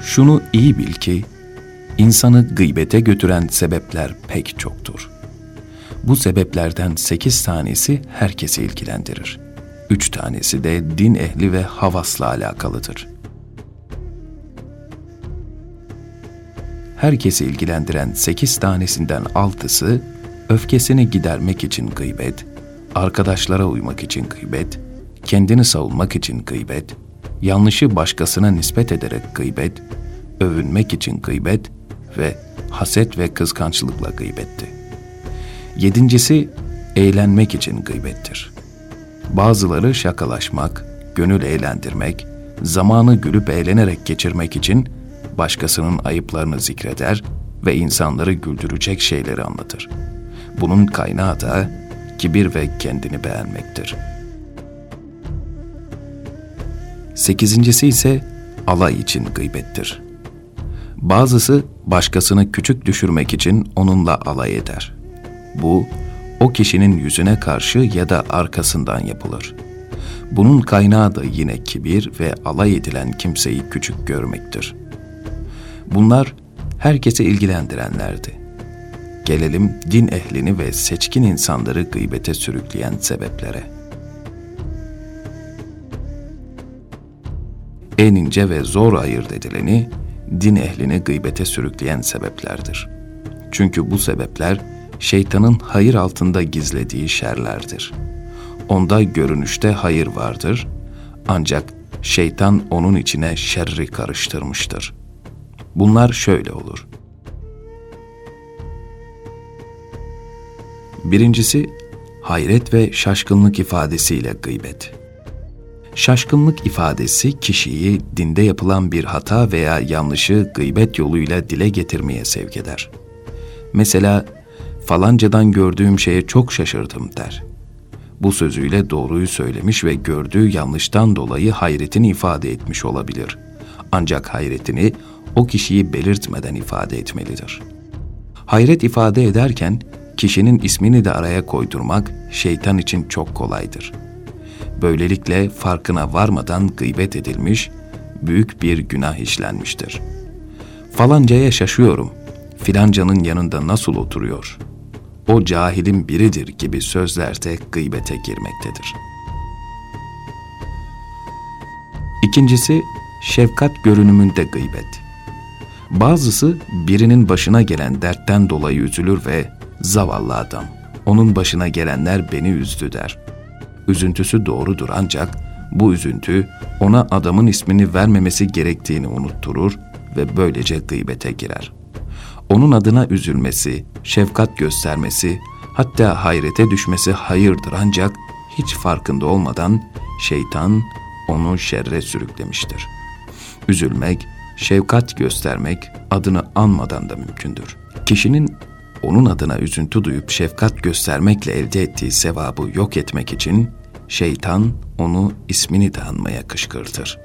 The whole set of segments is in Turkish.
Şunu iyi bil ki, insanı gıybete götüren sebepler pek çoktur. Bu sebeplerden 8 tanesi herkesi ilgilendirir. 3 tanesi de din ehli ve havasla alakalıdır. Herkesi ilgilendiren 8 tanesinden 6'sı, öfkesini gidermek için gıybet, arkadaşlara uymak için gıybet, kendini savunmak için gıybet, yanlışı başkasına nispet ederek gıybet, övünmek için gıybet ve haset ve kıskançlıkla gıybetti. 7'incisi eğlenmek için gıybettir. Bazıları şakalaşmak, gönül eğlendirmek, zamanı gülüp eğlenerek geçirmek için başkasının ayıplarını zikreder ve insanları güldürecek şeyleri anlatır. Bunun kaynağı da kibir ve kendini beğenmektir. 8'incisi ise alay için gıybettir. Bazısı başkasını küçük düşürmek için onunla alay eder. Bu, o kişinin yüzüne karşı ya da arkasından yapılır. Bunun kaynağı da yine kibir ve alay edilen kimseyi küçük görmektir. Bunlar herkese ilgilendirenlerdi. Gelelim din ehlini ve seçkin insanları gıybete sürükleyen sebeplere. En ince ve zor ayırt edileni, din ehlini gıybete sürükleyen sebeplerdir. Çünkü bu sebepler, şeytanın hayır altında gizlediği şerlerdir. Onda görünüşte hayır vardır, ancak şeytan onun içine şerri karıştırmıştır. Bunlar şöyle olur. Birincisi, hayret ve şaşkınlık ifadesiyle gıybet. Şaşkınlık ifadesi kişiyi dinde yapılan bir hata veya yanlışı gıybet yoluyla dile getirmeye sevk eder. Mesela, falancadan gördüğüm şeye çok şaşırdım der. Bu sözüyle doğruyu söylemiş ve gördüğü yanlıştan dolayı hayretini ifade etmiş olabilir. Ancak hayretini o kişiyi belirtmeden ifade etmelidir. Hayret ifade ederken kişinin ismini de araya koydurmak şeytan için çok kolaydır. Böylelikle farkına varmadan gıybet edilmiş, büyük bir günah işlenmiştir. Falancaya şaşıyorum, filancanın yanında nasıl oturuyor? O cahilin biridir gibi sözler de gıybete girmektedir. İkincisi, şefkat görünümünde gıybet. Bazısı birinin başına gelen dertten dolayı üzülür ve zavallı adam, onun başına gelenler beni üzdü der. Üzüntüsü doğrudur ancak bu üzüntü ona adamın ismini vermemesi gerektiğini unutturur ve böylece gıybete girer. Onun adına üzülmesi, şefkat göstermesi, hatta hayrete düşmesi hayırdır ancak hiç farkında olmadan şeytan onu şerre sürüklemiştir. Üzülmek, şefkat göstermek adını anmadan da mümkündür. Kişinin onun adına üzüntü duyup şefkat göstermekle elde ettiği sevabı yok etmek için şeytan onu ismini de anmaya kışkırtır.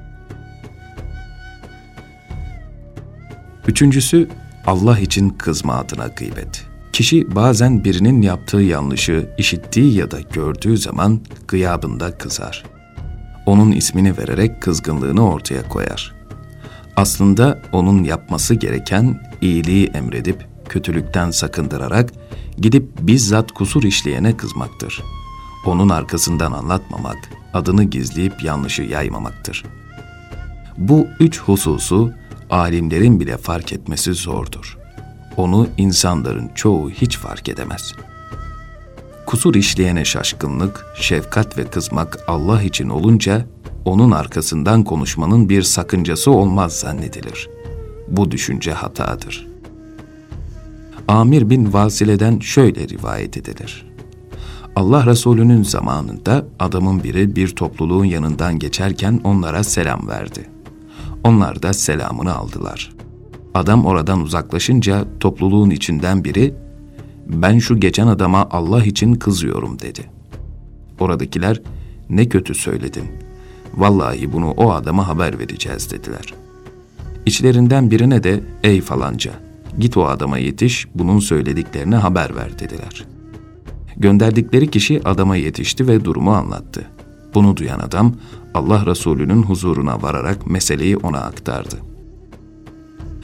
Üçüncüsü, Allah için kızma adına gıybet. Kişi bazen birinin yaptığı yanlışı işittiği ya da gördüğü zaman gıyabında kızar. Onun ismini vererek kızgınlığını ortaya koyar. Aslında onun yapması gereken iyiliği emredip kötülükten sakındırarak gidip bizzat kusur işleyene kızmaktır. Onun arkasından anlatmamak, adını gizleyip yanlışı yaymamaktır. Bu 3 hususu alimlerin bile fark etmesi zordur. Onu insanların çoğu hiç fark edemez. Kusur işleyene şaşkınlık, şefkat ve kızmak Allah için olunca onun arkasından konuşmanın bir sakıncası olmaz zannedilir. Bu düşünce hatadır. Amir bin Vasile'den şöyle rivayet edilir. Allah Resulü'nün zamanında adamın biri bir topluluğun yanından geçerken onlara selam verdi. Onlar da selamını aldılar. Adam oradan uzaklaşınca topluluğun içinden biri, "Ben şu geçen adama Allah için kızıyorum." dedi. Oradakiler, "Ne kötü söyledin. Vallahi bunu o adama haber vereceğiz." dediler. İçlerinden birine de, "Ey falanca, git o adama yetiş, bunun söylediklerini haber ver." dediler. Gönderdikleri kişi adama yetişti ve durumu anlattı. Bunu duyan adam Allah Resulü'nün huzuruna vararak meseleyi ona aktardı.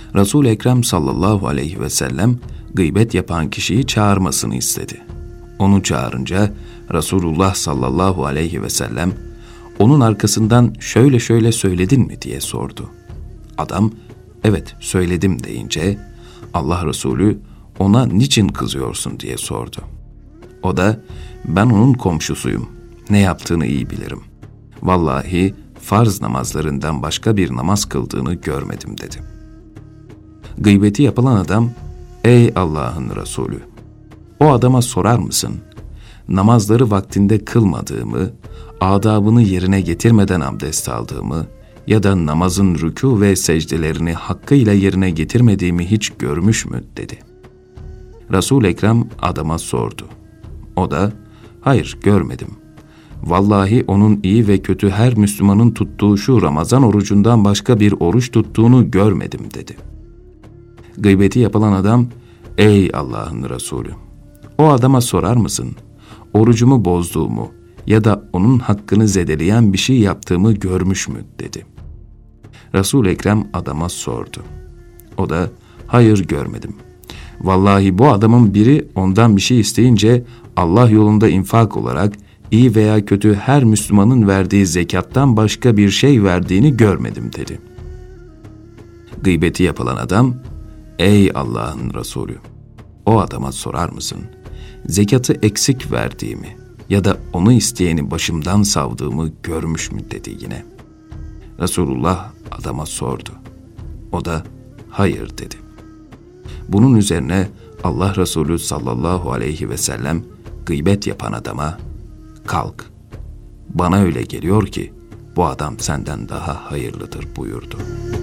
Resul-i Ekrem sallallahu aleyhi ve sellem gıybet yapan kişiyi çağırmasını istedi. Onu çağırınca Resulullah sallallahu aleyhi ve sellem onun arkasından şöyle şöyle söyledin mi diye sordu. Adam evet söyledim deyince Allah Resulü ona niçin kızıyorsun diye sordu. O da ben onun komşusuyum, ne yaptığını iyi bilirim. Vallahi farz namazlarından başka bir namaz kıldığını görmedim dedi. Gıybeti yapılan adam, ey Allah'ın Resulü, o adama sorar mısın? Namazları vaktinde kılmadığımı, adabını yerine getirmeden abdest aldığımı ya da namazın rükû ve secdelerini hakkıyla yerine getirmediğimi hiç görmüş mü dedi. Resul-i Ekrem adama sordu. O da, hayır görmedim. Vallahi onun iyi ve kötü her Müslümanın tuttuğu şu Ramazan orucundan başka bir oruç tuttuğunu görmedim dedi. Gıybeti yapılan adam, ey Allah'ın Resulü, o adama sorar mısın? Orucumu bozduğumu ya da onun hakkını zedeleyen bir şey yaptığımı görmüş mü dedi. Resul-i Ekrem adama sordu. O da, hayır görmedim. Vallahi bu adamın biri ondan bir şey isteyince Allah yolunda infak olarak iyi veya kötü her Müslümanın verdiği zekattan başka bir şey verdiğini görmedim dedi. Gıybeti yapılan adam, ey Allah'ın Resulü, o adama sorar mısın? Zekatı eksik verdiğimi ya da onu isteyeni başımdan savdığımı görmüş mü dedi yine. Resulullah adama sordu. O da hayır dedi. Bunun üzerine Allah Resulü sallallahu aleyhi ve sellem gıybet yapan adama kalk, bana öyle geliyor ki bu adam senden daha hayırlıdır buyurdu.